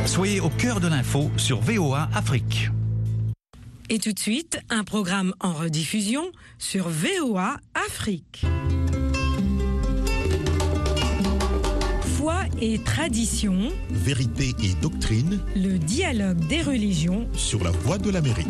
Soyez au cœur de l'info sur VOA Afrique. Et tout de suite, un programme en rediffusion sur VOA Afrique. Foi et tradition, vérité et doctrine, le dialogue des religions sur la Voix de l'Amérique.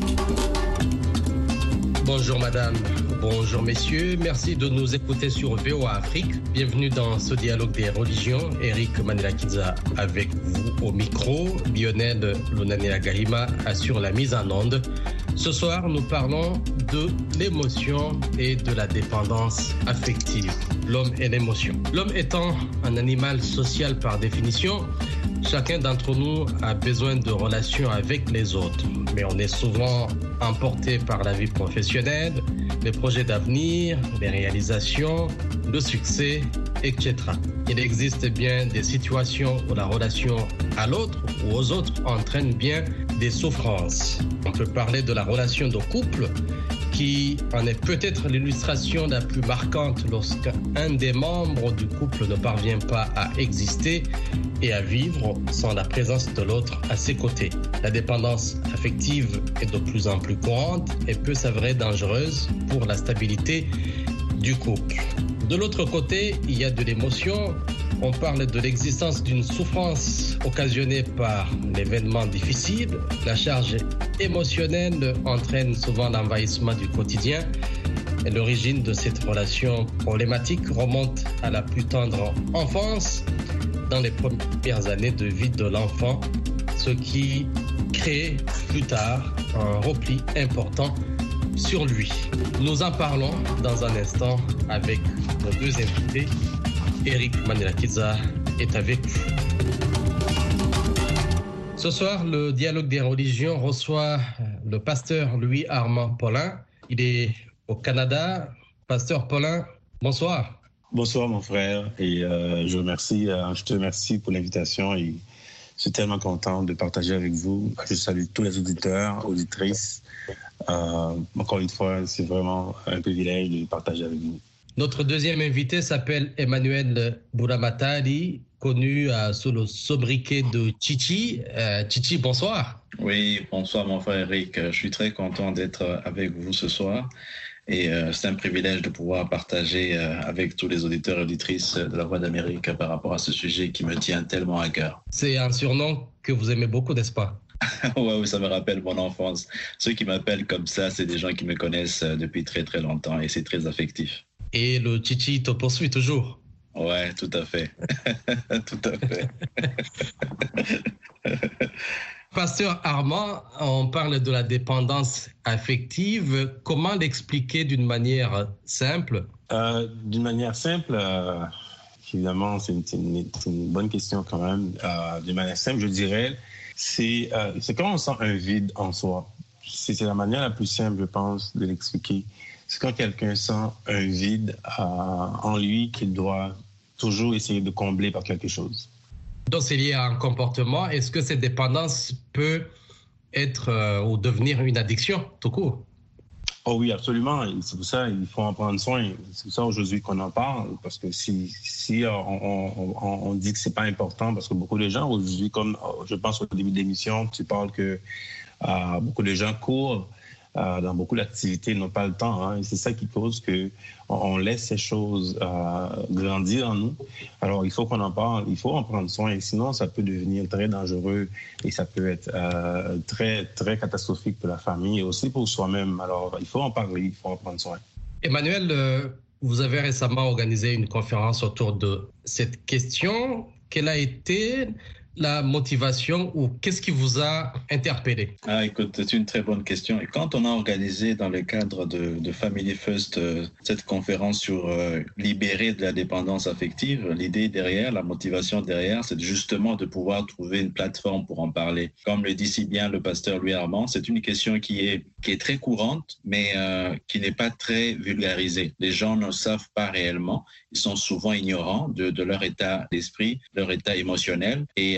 Bonjour madame, bonjour messieurs, merci de nous écouter sur VOA Afrique. Bienvenue dans ce dialogue des religions. Eric Manelakiza avec vous au micro. Lionel Lunanila Gahima assure la mise en onde. Ce soir, nous parlons de l'émotion et de la dépendance affective. L'homme et l'émotion. L'homme étant un animal social par définition, chacun d'entre nous a besoin de relations avec les autres. Mais on est souvent emporté par la vie professionnelle, les projets d'avenir, les réalisations, le succès, etc. Il existe bien des situations où la relation à l'autre ou aux autres entraîne bien des souffrances. On peut parler de la relation de couple qui en est peut-être l'illustration la plus marquante lorsqu'un des membres du couple ne parvient pas à exister et à vivre sans la présence de l'autre à ses côtés. La dépendance affective est de plus en plus courante et peut s'avérer dangereuse pour la stabilité du couple. De l'autre côté, il y a de l'émotion. On parle de l'existence d'une souffrance occasionnée par l'événement difficile. La charge émotionnelle entraîne souvent l'envahissement du quotidien. Et l'origine de cette relation problématique remonte à la plus tendre enfance, dans les premières années de vie de l'enfant, ce qui crée plus tard un repli important sur lui. Nous en parlons dans un instant avec nos deux invités. Eric Manelakiza est avec vous. Ce soir, le dialogue des religions reçoit le pasteur Louis-Armand Paulin. Il est au Canada. Pasteur Paulin, bonsoir. Bonsoir mon frère et je te remercie pour l'invitation et je suis tellement content de partager avec vous. Je salue tous les auditeurs, auditrices. Encore une fois, c'est vraiment un privilège de partager avec vous. Notre deuxième invité s'appelle Emmanuel Bouramatali, connu sous le sobriquet de Chichi. Chichi, bonsoir. Oui, bonsoir mon frère Eric. Je suis très content d'être avec vous ce soir. Et c'est un privilège de pouvoir partager avec tous les auditeurs et auditrices de la Voix d'Amérique par rapport à ce sujet qui me tient tellement à cœur. C'est un surnom que vous aimez beaucoup, n'est-ce pas? Oui, ça me rappelle mon enfance. Ceux qui m'appellent comme ça, c'est des gens qui me connaissent depuis très très longtemps et c'est très affectif. Et le Chichi te poursuit toujours? Ouais, tout à fait. Tout à fait. Pasteur Armand, on parle de la dépendance affective. Comment l'expliquer d'une manière simple? D'une manière simple, évidemment, c'est une bonne question quand même. D'une manière simple, je dirais, c'est quand on sent un vide en soi. C'est la manière la plus simple, je pense, de l'expliquer. C'est quand quelqu'un sent un vide en lui qu'il doit toujours essayer de combler par quelque chose. Donc, c'est lié à un comportement. Est-ce que cette dépendance peut être ou devenir une addiction, tout court? Oh oui, absolument. Et c'est pour ça qu'il faut en prendre soin. C'est pour ça aujourd'hui qu'on en parle. Parce que si on dit que c'est pas important, parce que beaucoup de gens aujourd'hui, comme je pense au début de l'émission, tu parles que beaucoup de gens courent dans beaucoup d'activités, n'ont pas le temps. Hein, et c'est ça qui cause qu'on laisse ces choses grandir en nous. Alors, il faut qu'on en parle, il faut en prendre soin. Et sinon, ça peut devenir très dangereux et ça peut être très, très catastrophique pour la famille et aussi pour soi-même. Alors, il faut en parler, il faut en prendre soin. Emmanuel, vous avez récemment organisé une conférence autour de cette question. Quelle a été la motivation ou qu'est-ce qui vous a interpellé? Écoute, c'est une très bonne question. Et quand on a organisé dans le cadre de Family First cette conférence sur libérer de la dépendance affective, l'idée derrière, la motivation derrière, c'est justement de pouvoir trouver une plateforme pour en parler. Comme le dit si bien le pasteur Louis-Armand, c'est une question qui est très courante, mais qui n'est pas très vulgarisée. Les gens ne savent pas réellement. Ils sont souvent ignorants de leur état d'esprit, leur état émotionnel. Et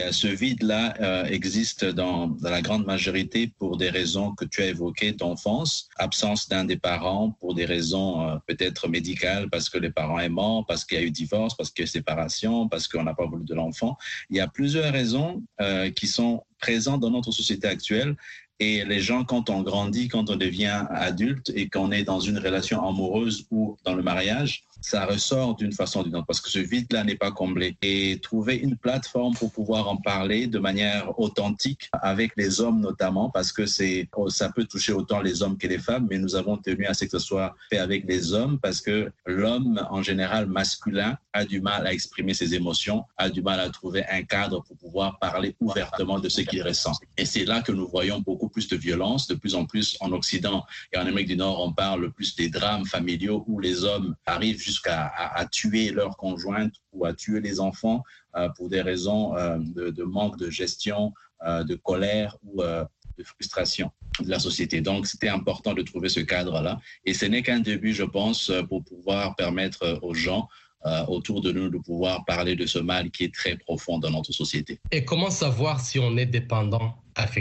ce vide-là existe dans la grande majorité pour des raisons que tu as évoquées d'enfance, absence d'un des parents pour des raisons peut-être médicales, parce que les parents est mort, parce qu'il y a eu divorce, parce qu'il y a eu séparation, parce qu'on n'a pas voulu de l'enfant. Il y a plusieurs raisons qui sont présentes dans notre société actuelle. Et les gens, quand on grandit, quand on devient adulte et qu'on est dans une relation amoureuse ou dans le mariage, ça ressort d'une façon ou d'une autre parce que ce vide-là n'est pas comblé. Et trouver une plateforme pour pouvoir en parler de manière authentique avec les hommes notamment, parce que ça peut toucher autant les hommes que les femmes, mais nous avons tenu à ce que ce soit fait avec les hommes parce que l'homme, en général masculin, a du mal à exprimer ses émotions, a du mal à trouver un cadre pour pouvoir parler ouvertement de ce qu'il ressent. Et c'est là que nous voyons beaucoup plus de violence, de plus en plus en Occident et en Amérique du Nord, on parle plus des drames familiaux où les hommes arrivent jusqu'à tuer leur conjointe ou à tuer les enfants pour des raisons de manque de gestion, de colère ou de frustration de la société. Donc, c'était important de trouver ce cadre-là. Et ce n'est qu'un début, je pense, pour pouvoir permettre aux gens autour de nous de pouvoir parler de ce mal qui est très profond dans notre société. Et comment savoir si on est dépendant affectif ?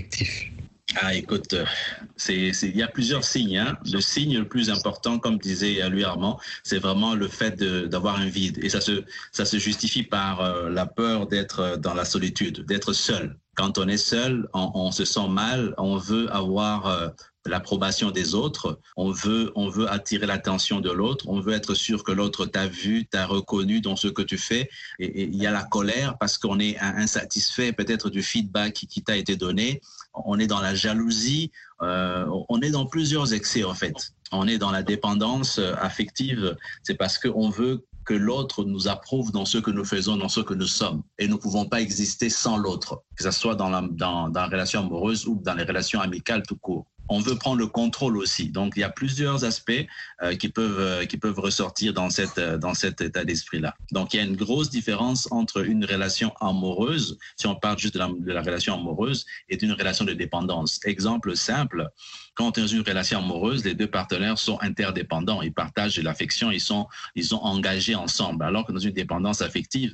Écoute, il y a plusieurs signes. Le signe le plus important, comme disait Louis Armand, c'est vraiment le fait d'avoir un vide. Et ça se justifie par la peur d'être dans la solitude, d'être seul. Quand on est seul, on se sent mal, on veut avoir l'approbation des autres, on veut attirer l'attention de l'autre, on veut être sûr que l'autre t'a vu, t'a reconnu dans ce que tu fais. Et il y a la colère parce qu'on est insatisfait peut-être du feedback qui t'a été donné. On est dans la jalousie, on est dans plusieurs excès en fait. On est dans la dépendance affective, c'est parce qu'on veut que l'autre nous approuve dans ce que nous faisons, dans ce que nous sommes. Et nous ne pouvons pas exister sans l'autre, que ce soit dans la relation amoureuse ou dans les relations amicales tout court. On veut prendre le contrôle aussi. Donc, il y a plusieurs aspects qui peuvent ressortir dans cet état d'esprit-là. Donc, il y a une grosse différence entre une relation amoureuse, si on parle juste de la relation amoureuse, et d'une relation de dépendance. Exemple simple, quand on est dans une relation amoureuse, les deux partenaires sont interdépendants. Ils partagent de l'affection, ils sont engagés ensemble. Alors que dans une dépendance affective,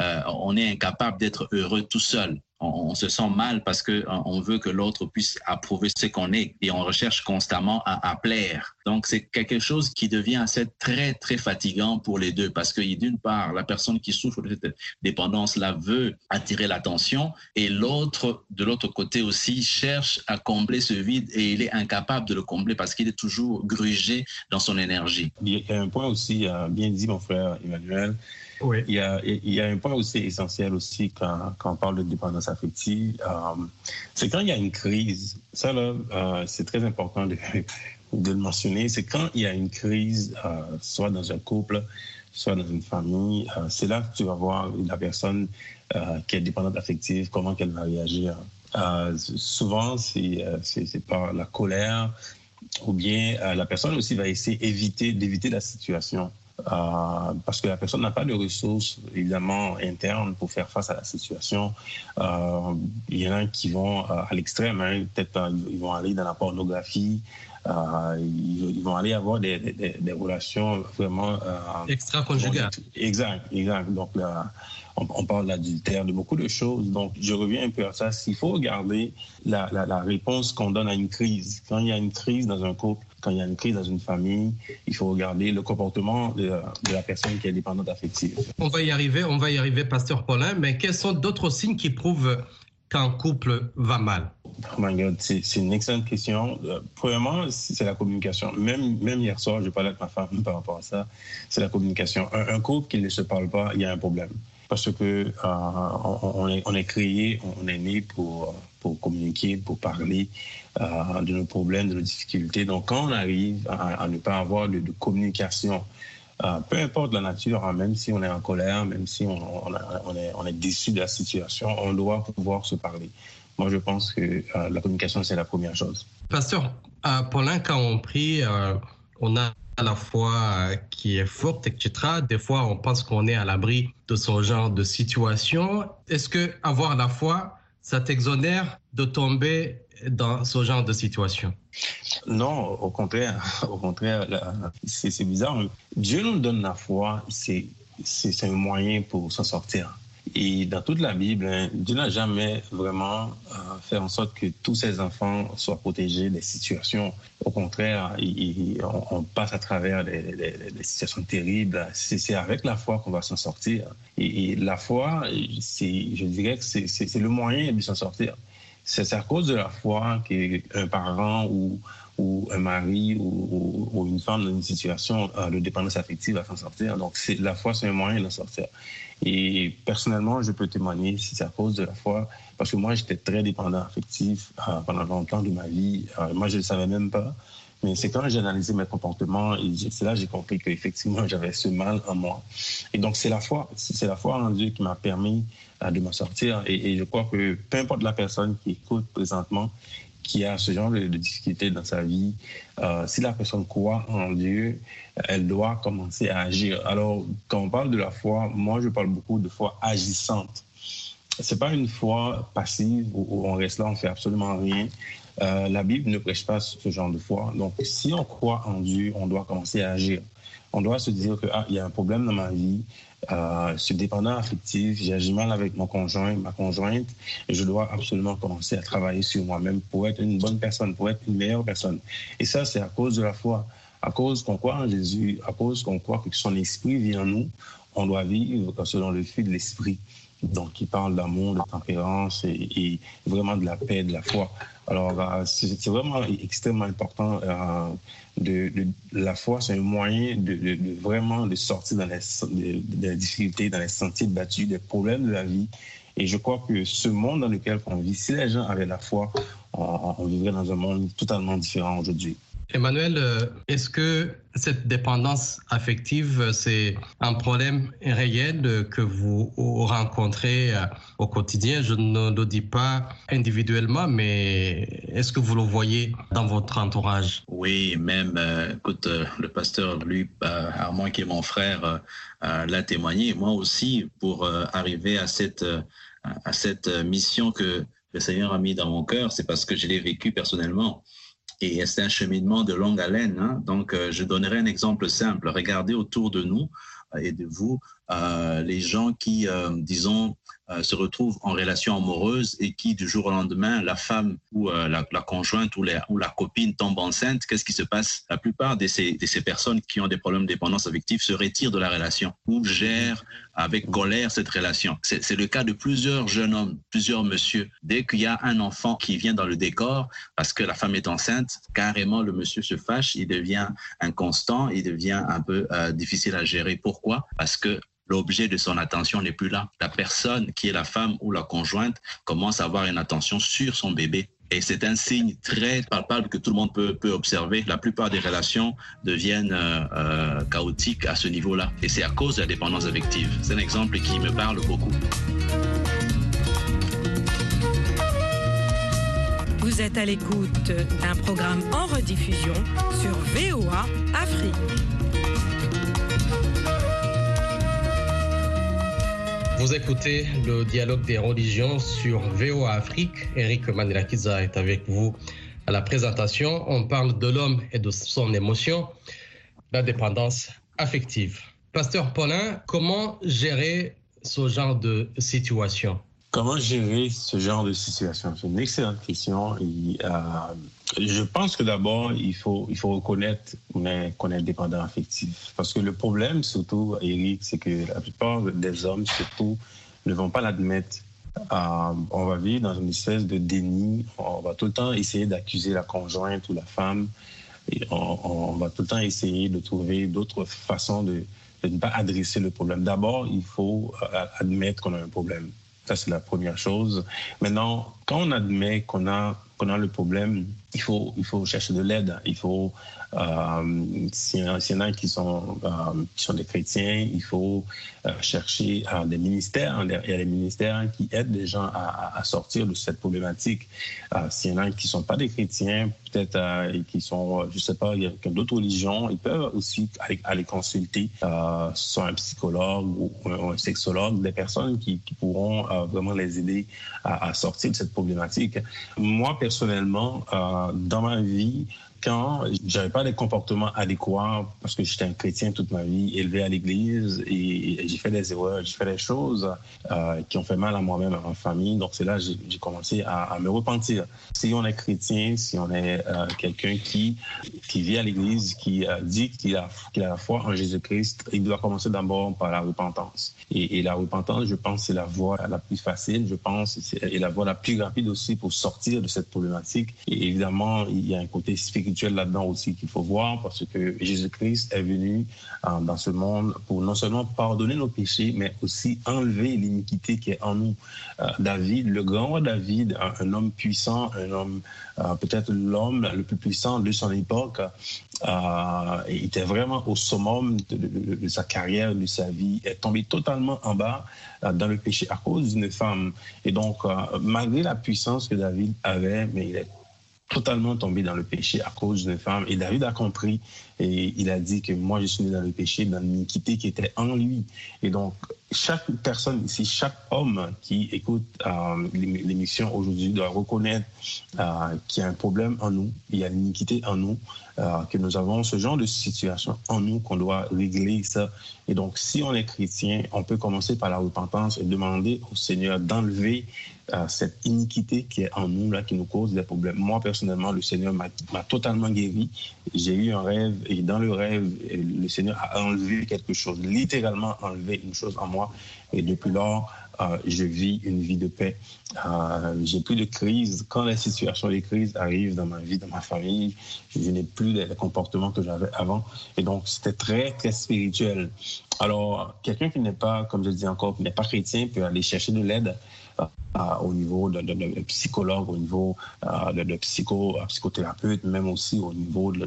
on est incapable d'être heureux tout seul. On se sent mal parce qu'on veut que l'autre puisse approuver ce qu'on est et on recherche constamment à plaire. Donc, c'est quelque chose qui devient assez très, très fatigant pour les deux parce que d'une part, la personne qui souffre de cette dépendance-là veut attirer l'attention et l'autre, de l'autre côté aussi, cherche à combler ce vide et il est incapable de le combler parce qu'il est toujours grugé dans son énergie. Il y a un point aussi, bien dit mon frère Emmanuel. Oui. Il y a un point aussi essentiel aussi quand on parle de dépendance affective, c'est quand il y a une crise. Ça, là, c'est très important de le mentionner. C'est quand il y a une crise, soit dans un couple, soit dans une famille, c'est là que tu vas voir la personne qui est dépendante affective, comment elle va réagir. Souvent, c'est par la colère ou bien la personne aussi va essayer d'éviter la situation. Parce que la personne n'a pas de ressources, évidemment, internes pour faire face à la situation. Il y en a qui vont à l'extrême, peut-être ils vont aller dans la pornographie, ils vont aller avoir des relations vraiment... extra-conjugales. Exact. Donc, là, on parle d'adultère, de beaucoup de choses. Donc, je reviens un peu à ça. Il faut regarder la réponse qu'on donne à une crise. Quand il y a une crise dans un couple, quand il y a une crise dans une famille, il faut regarder le comportement de la personne qui est dépendante affective. On va y arriver, Pasteur Paulin, mais quels sont d'autres signes qui prouvent qu'un couple va mal? Oh my God, c'est une excellente question. Premièrement, c'est la communication. Même hier soir, je parlais avec ma femme par rapport à ça. C'est la communication. Un couple qui ne se parle pas, il y a un problème. Parce que on est créé, on est né pour communiquer, pour parler de nos problèmes, de nos difficultés. Donc, quand on arrive à ne pas avoir de communication, peu importe la nature, même si on est en colère, même si on est déçu de la situation, on doit pouvoir se parler. Moi, je pense que la communication, c'est la première chose. Pasteur Paulin, quand on prie, on a la foi qui est forte, etc. Des fois, on pense qu'on est à l'abri de ce genre de situation. Est-ce que avoir la foi, ça t'exonère de tomber dans ce genre de situation? Non, au contraire, c'est bizarre. Dieu nous donne la foi, c'est un moyen pour s'en sortir. Et dans toute la Bible, Dieu n'a jamais vraiment fait en sorte que tous ses enfants soient protégés des situations. Au contraire, on passe à travers des situations terribles. C'est avec la foi qu'on va s'en sortir. Et la foi, je dirais que c'est le moyen de s'en sortir. C'est à cause de la foi qu'un parent ou un mari ou une femme dans une situation de dépendance affective va s'en sortir. Donc, la foi, c'est un moyen d'en sortir. Et personnellement, je peux témoigner si c'est à cause de la foi, parce que moi, j'étais très dépendant affectif pendant longtemps de ma vie. Moi, je ne le savais même pas. Mais c'est quand j'ai analysé mes comportements, et c'est là que j'ai compris qu'effectivement, j'avais ce mal en moi. Et donc, c'est la foi en Dieu qui m'a permis de m'en sortir. Et je crois que peu importe la personne qui écoute présentement, qui a ce genre de difficultés dans sa vie, si la personne croit en Dieu, elle doit commencer à agir. Alors, quand on parle de la foi, moi, je parle beaucoup de foi agissante. C'est pas une foi passive où on reste là, on fait absolument rien. La Bible ne prêche pas ce genre de foi. Donc, si on croit en Dieu, on doit commencer à agir. On doit se dire que il y a un problème dans ma vie, je suis dépendant affectif, j'agis mal avec mon conjoint, ma conjointe, et je dois absolument commencer à travailler sur moi-même pour être une bonne personne, pour être une meilleure personne. Et ça, c'est à cause de la foi, à cause qu'on croit en Jésus, à cause qu'on croit que son esprit vit en nous, on doit vivre selon le fil de l'esprit. Donc, il parle d'amour, de tempérance et vraiment de la paix, de la foi. Alors, c'est vraiment extrêmement important. La foi, c'est un moyen de vraiment de sortir dans les difficultés, dans les sentiers battus, des problèmes de la vie. Et je crois que ce monde dans lequel on vit, si les gens avaient la foi, on vivrait dans un monde totalement différent aujourd'hui. Emmanuel, est-ce que cette dépendance affective, c'est un problème réel que vous rencontrez au quotidien? Je ne le dis pas individuellement, mais est-ce que vous le voyez dans votre entourage? Oui, même, écoute, le pasteur, lui, Armand, qui est mon frère, l'a témoigné. Moi aussi, pour arriver à cette mission que le Seigneur a mis dans mon cœur, c'est parce que je l'ai vécu personnellement. Et c'est un cheminement de longue haleine. Hein. Donc, je donnerai un exemple simple. Regardez autour de nous et de vous les gens qui, disons, se retrouvent en relation amoureuse et qui, du jour au lendemain, la femme ou la conjointe ou la copine tombe enceinte. Qu'est-ce qui se passe? La plupart de ces personnes qui ont des problèmes de dépendance affective se retirent de la relation ou gèrent avec colère cette relation. C'est le cas de plusieurs jeunes hommes, plusieurs messieurs. Dès qu'il y a un enfant qui vient dans le décor parce que la femme est enceinte, carrément le monsieur se fâche, il devient inconstant, il devient un peu difficile à gérer. Pourquoi? Parce que l'objet de son attention n'est plus là. La personne qui est la femme ou la conjointe commence à avoir une attention sur son bébé. Et c'est un signe très palpable que tout le monde peut observer. La plupart des relations deviennent chaotiques à ce niveau-là. Et c'est à cause de la dépendance affective. C'est un exemple qui me parle beaucoup. Vous êtes à l'écoute d'un programme en rediffusion sur VOA Afrique. Vous écoutez le dialogue des religions sur VOA Afrique. Eric Manelakiza est avec vous à la présentation. On parle de l'homme et de son émotion, la dépendance affective. Pasteur Paulin, comment gérer ce genre de situation? Comment gérer ce genre de situation? C'est une excellente question. Et, je pense que d'abord, il faut reconnaître qu'on est dépendant affectif. Parce que le problème, surtout, Eric, c'est que la plupart des hommes, surtout, ne vont pas l'admettre. On va vivre dans une espèce de déni. On va tout le temps essayer d'accuser la conjointe ou la femme. Et on va tout le temps essayer de trouver d'autres façons de ne pas adresser le problème. D'abord, il faut admettre qu'on a un problème. Ça, c'est la première chose. Maintenant, quand on admet qu'on a le problème, il faut chercher de l'aide. Il faut, s'il y en a qui sont des chrétiens, il faut chercher des ministères. Il y a des ministères qui aident les gens à sortir de cette problématique. S'il y en a qui ne sont pas des chrétiens, peut-être qui sont, je ne sais pas, il y a d'autres religions, ils peuvent aussi aller consulter soit un psychologue ou un sexologue, des personnes qui pourront vraiment les aider à sortir de cette problématique. Moi, personnellement, dans ma vie, quand j'avais pas des comportements adéquats parce que j'étais un chrétien toute ma vie, élevé à l'église, et j'ai fait des erreurs, j'ai fait des choses qui ont fait mal à moi-même, à ma famille. Donc c'est là que j'ai commencé à me repentir. Si on est chrétien, si on est quelqu'un qui vit à l'église, qui dit qu'il a la foi en Jésus-Christ, il doit commencer d'abord par la repentance. Et la repentance, je pense, c'est la voie la plus facile, je pense, et la voie la plus rapide aussi pour sortir de cette problématique. Et évidemment, il y a un côté spirituel là-dedans aussi qu'il faut voir, parce que Jésus-Christ est venu dans ce monde pour non seulement pardonner nos péchés, mais aussi enlever l'iniquité qui est en nous. David, le grand roi David, un homme puissant, un homme, peut-être l'homme le plus puissant de son époque, il était vraiment au summum de sa carrière, de sa vie, est tombé totalement en bas dans le péché à cause d'une femme. Et donc, malgré la puissance que David avait, mais il est totalement tombé dans le péché à cause d'une femme. Et David a compris et il a dit que moi, je suis né dans le péché, dans l'iniquité qui était en lui. Et donc, chaque personne ici, chaque homme qui écoute l'émission aujourd'hui doit reconnaître qu'il y a un problème en nous, il y a l'iniquité en nous, que nous avons ce genre de situation en nous qu'on doit régler ça. Et donc, si on est chrétien, on peut commencer par la repentance et demander au Seigneur d'enlever cette iniquité qui est en nous, là, qui nous cause des problèmes. Moi, personnellement, le Seigneur m'a totalement guéri. J'ai eu un rêve et dans le rêve, le Seigneur a enlevé quelque chose, littéralement enlevé une chose en moi. Et depuis lors, je vis une vie de paix. J'ai plus de crise. Quand les situations de crise arrivent dans ma vie, dans ma famille, je n'ai plus les comportements que j'avais avant. Et donc, c'était très, très spirituel. Alors, quelqu'un qui n'est pas, comme je dis encore, qui n'est pas chrétien peut aller chercher de l'aide au niveau de psychologue, au niveau de psychothérapeute, même aussi au niveau de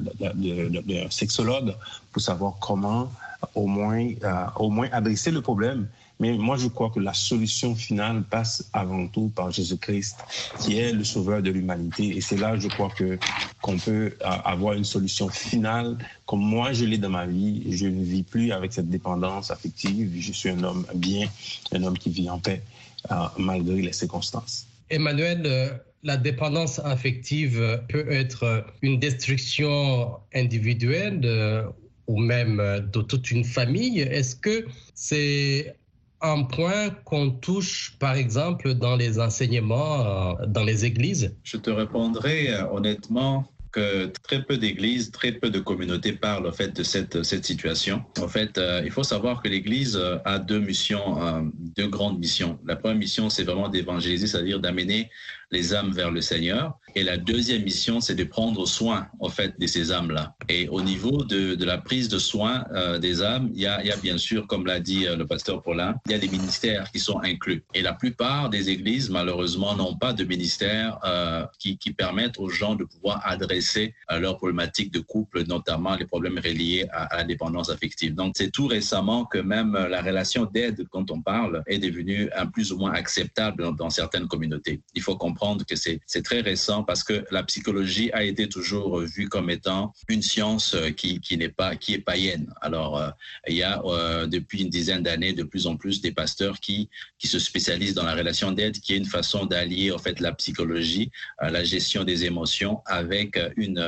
sexologue, pour savoir comment au moins adresser le problème. Mais moi, je crois que la solution finale passe avant tout par Jésus-Christ, qui est le sauveur de l'humanité. Et c'est là, je crois, qu'on peut avoir une solution finale. Comme moi, je l'ai dans ma vie, je ne vis plus avec cette dépendance affective. Je suis un homme bien, un homme qui vit en paix, malgré les circonstances. Emmanuel, la dépendance affective peut être une destruction individuelle ou même de toute une famille. Est-ce que c'est un point qu'on touche, par exemple, dans les enseignements, dans les églises? Je te répondrai honnêtement que très peu d'églises, très peu de communautés parlent en fait de cette situation. En fait, il faut savoir que l'Église a deux missions, deux grandes missions. La première mission, c'est vraiment d'évangéliser, c'est-à-dire d'amener les âmes vers le Seigneur. Et la deuxième mission, c'est de prendre soin, en fait, de ces âmes-là. Et au niveau de la prise de soin des âmes, il y a bien sûr, comme l'a dit le pasteur Paulin, il y a des ministères qui sont inclus. Et la plupart des églises, malheureusement, n'ont pas de ministères qui permettent aux gens de pouvoir adresser leurs problématiques de couple, notamment les problèmes reliés à la dépendance affective. Donc, c'est tout récemment que même la relation d'aide, quand on parle, est devenue plus ou moins acceptable dans certaines communautés. Il faut comprendre que c'est très récent parce que la psychologie a été toujours vue comme étant une science qui est païenne. Alors, il y a depuis une dizaine d'années de plus en plus des pasteurs qui se spécialisent dans la relation d'aide, qui est une façon d'allier en fait la psychologie, la gestion des émotions avec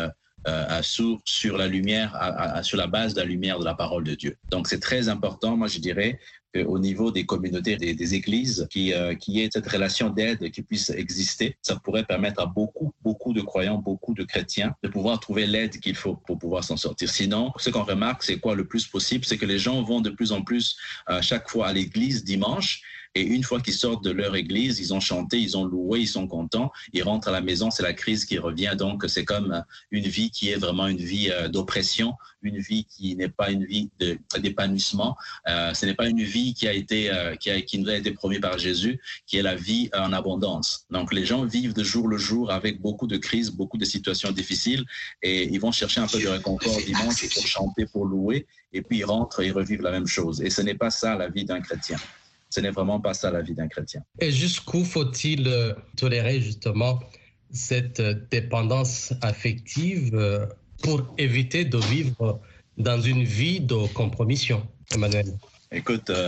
sur la lumière, sur la base de la lumière de la parole de Dieu. Donc, c'est très important, moi je dirais, qu'au niveau des communautés, des églises, qu'il y ait cette relation d'aide qui puisse exister. Ça pourrait permettre à beaucoup de croyants, beaucoup de chrétiens de pouvoir trouver l'aide qu'il faut pour pouvoir s'en sortir. Sinon, ce qu'on remarque, c'est quoi le plus possible, c'est que les gens vont de plus en plus chaque fois à l'église dimanche. Et une fois qu'ils sortent de leur église, ils ont chanté, ils ont loué, ils sont contents, ils rentrent à la maison, c'est la crise qui revient. Donc, c'est comme une vie qui est vraiment une vie d'oppression, une vie qui n'est pas une vie d'épanouissement. Ce n'est pas une vie qui nous a été promise par Jésus, qui est la vie en abondance. Donc, les gens vivent de jour le jour avec beaucoup de crises, beaucoup de situations difficiles et ils vont chercher un peu de réconfort dimanche pour chanter, pour louer et puis ils rentrent et ils revivent la même chose. Et ce n'est pas ça la vie d'un chrétien. Ce n'est vraiment pas ça la vie d'un chrétien. Et jusqu'où faut-il tolérer justement cette dépendance affective pour éviter de vivre dans une vie de compromission, Emmanuel? Écoute,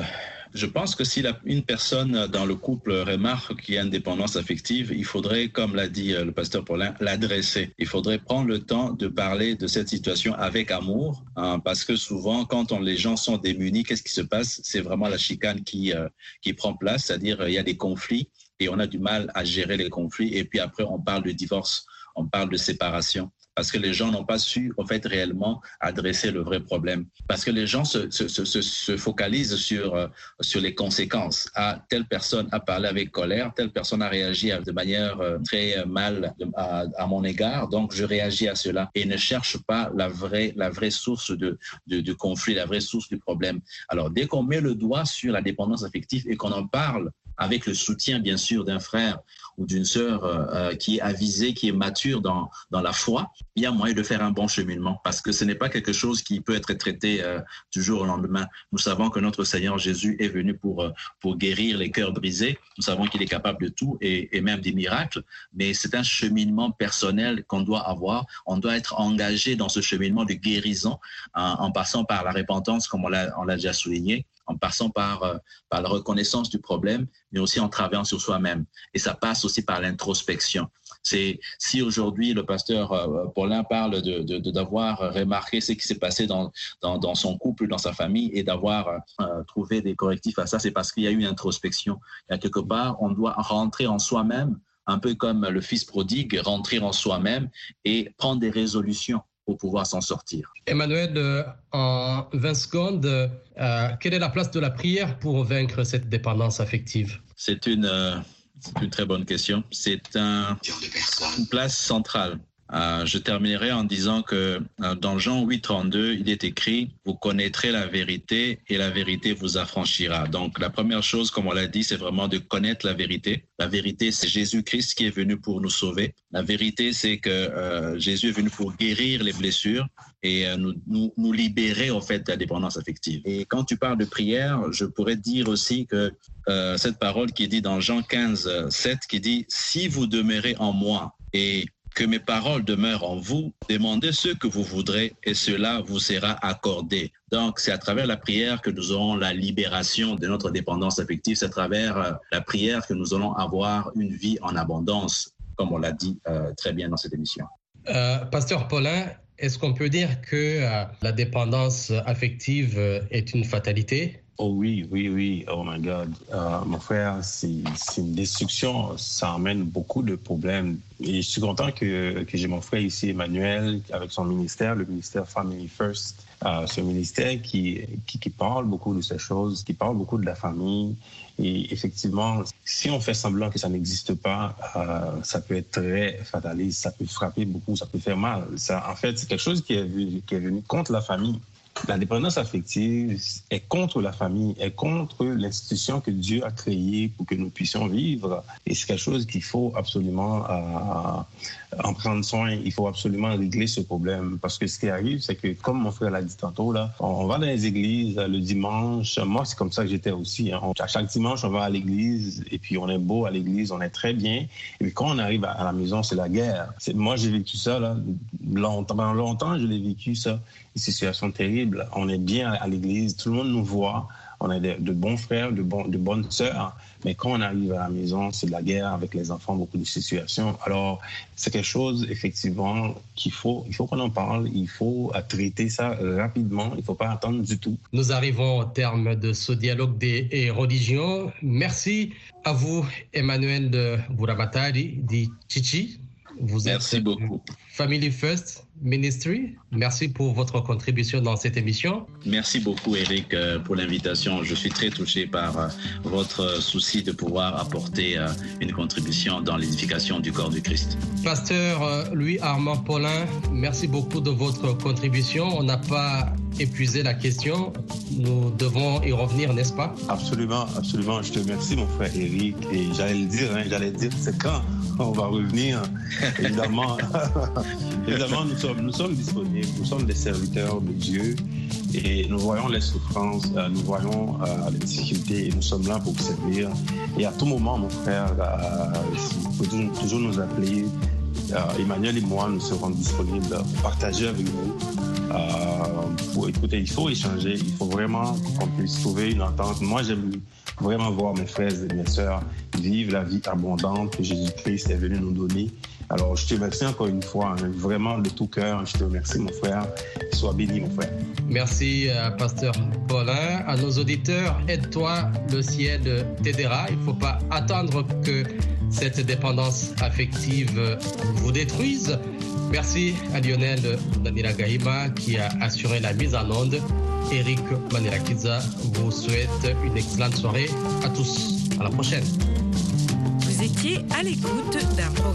Je pense que si une personne dans le couple remarque qu'il y a une dépendance affective, il faudrait, comme l'a dit le pasteur Paulin, l'adresser. Il faudrait prendre le temps de parler de cette situation avec amour, parce que souvent, quand les gens sont démunis, qu'est-ce qui se passe? C'est vraiment la chicane qui prend place, c'est-à-dire il y a des conflits et on a du mal à gérer les conflits, et puis après on parle de divorce, on parle de séparation. Parce que les gens n'ont pas su, en fait, réellement adresser le vrai problème. Parce que les gens se focalisent sur les conséquences. Ah, telle personne a parlé avec colère, telle personne a réagi de manière très mal à mon égard, donc je réagis à cela. Et ne cherche pas la vraie source de conflit, la vraie source du problème. Alors, dès qu'on met le doigt sur la dépendance affective et qu'on en parle avec le soutien, bien sûr, d'un frère ou d'une sœur qui est avisée, qui est mature dans la foi, il y a moyen de faire un bon cheminement, parce que ce n'est pas quelque chose qui peut être traité du jour au lendemain. Nous savons que notre Seigneur Jésus est venu pour guérir les cœurs brisés. Nous savons qu'il est capable de tout et même des miracles, mais c'est un cheminement personnel qu'on doit avoir. On doit être engagé dans ce cheminement de guérison en passant par la repentance, comme on l'a déjà souligné, en passant par la reconnaissance du problème, mais aussi en travaillant sur soi-même. Et ça passe aussi par l'introspection. Si aujourd'hui le pasteur Paulin parle d'avoir remarqué ce qui s'est passé dans son couple, dans sa famille, et d'avoir trouvé des correctifs à ça, c'est parce qu'il y a eu une introspection. Il y a quelque part, on doit rentrer en soi-même, un peu comme le fils prodigue, rentrer en soi-même et prendre des résolutions pour pouvoir s'en sortir. Emmanuel, en 20 secondes, quelle est la place de la prière pour vaincre cette dépendance affective? C'est une très bonne question. C'est une place centrale. Je terminerai en disant que dans Jean 8,32, il est écrit « Vous connaîtrez la vérité et la vérité vous affranchira ». Donc la première chose, comme on l'a dit, c'est vraiment de connaître la vérité. La vérité, c'est Jésus-Christ qui est venu pour nous sauver. La vérité, c'est que Jésus est venu pour guérir les blessures et nous libérer en fait de la dépendance affective. Et quand tu parles de prière, je pourrais dire aussi que cette parole qui est dit dans Jean 15,7, qui dit « Si vous demeurez en moi et que mes paroles demeurent en vous, demandez ce que vous voudrez et cela vous sera accordé. » Donc, c'est à travers la prière que nous aurons la libération de notre dépendance affective. C'est à travers la prière que nous allons avoir une vie en abondance, comme on l'a dit très bien dans cette émission. Pasteur Paulin, est-ce qu'on peut dire que la dépendance affective est une fatalité? Oh oui. Oh my God. Mon frère, c'est une destruction. Ça amène beaucoup de problèmes. Et je suis content que j'ai mon frère ici, Emmanuel, avec son ministère, le ministère Family First. Ce ministère qui parle beaucoup de ces choses, qui parle beaucoup de la famille. Et effectivement, si on fait semblant que ça n'existe pas, ça peut être très fataliste, ça peut frapper beaucoup, ça peut faire mal. Ça, en fait, c'est quelque chose qui est venu contre la famille. La dépendance affective est contre la famille, est contre l'institution que Dieu a créée pour que nous puissions vivre. Et c'est quelque chose qu'il faut absolument en prendre soin. Il faut absolument régler ce problème. Parce que ce qui arrive, c'est que, comme mon frère l'a dit tantôt, là, on va dans les églises le dimanche. Moi, c'est comme ça que j'étais aussi. À chaque dimanche, on va à l'église et puis on est beau à l'église, on est très bien. Et puis quand on arrive à la maison, c'est la guerre. Moi, j'ai vécu ça là, pendant longtemps, je l'ai vécu ça. Une situation terrible. On est bien à l'église, tout le monde nous voit, on est de bons frères, de bonnes sœurs, mais quand on arrive à la maison, c'est de la guerre avec les enfants, beaucoup de situations. Alors, c'est quelque chose, effectivement, il faut qu'on en parle, il faut traiter ça rapidement, il ne faut pas attendre du tout. Nous arrivons au terme de ce dialogue des religions. Merci à vous, Emmanuel de Buramatari, dit Chichi. Merci beaucoup. Family First Ministry. Merci pour votre contribution dans cette émission. Merci beaucoup, Eric, pour l'invitation. Je suis très touché par votre souci de pouvoir apporter une contribution dans l'édification du corps du Christ. Pasteur Louis-Armand Paulin, merci beaucoup de votre contribution. On n'a pas épuisé la question. Nous devons y revenir, n'est-ce pas? Absolument. Je te remercie, mon frère Eric. Et j'allais dire, c'est quand on va revenir. Évidemment, nous sommes disponibles, nous sommes des serviteurs de Dieu et nous voyons les souffrances, nous voyons les difficultés et nous sommes là pour vous servir. Et à tout moment, mon frère, vous pouvez toujours nous appeler. Emmanuel et moi, nous serons disponibles pour partager avec vous Écoutez, il faut échanger, il faut vraiment qu'on puisse trouver une entente. Moi, j'aime vraiment voir mes frères et mes sœurs vivre la vie abondante que Jésus-Christ est venu nous donner. Alors, je te remercie encore une fois, hein, vraiment de tout cœur. Je te remercie, mon frère. Sois béni, mon frère. Merci, Pasteur Paulin. À nos auditeurs, aide-toi, le ciel t'aidera. Il ne faut pas attendre que cette dépendance affective vous détruise. Merci à Lionel Nanila Gahima qui a assuré la mise en onde. Eric Manirakiza vous souhaite une excellente soirée à tous. À la prochaine. Vous étiez à l'écoute d'un programme.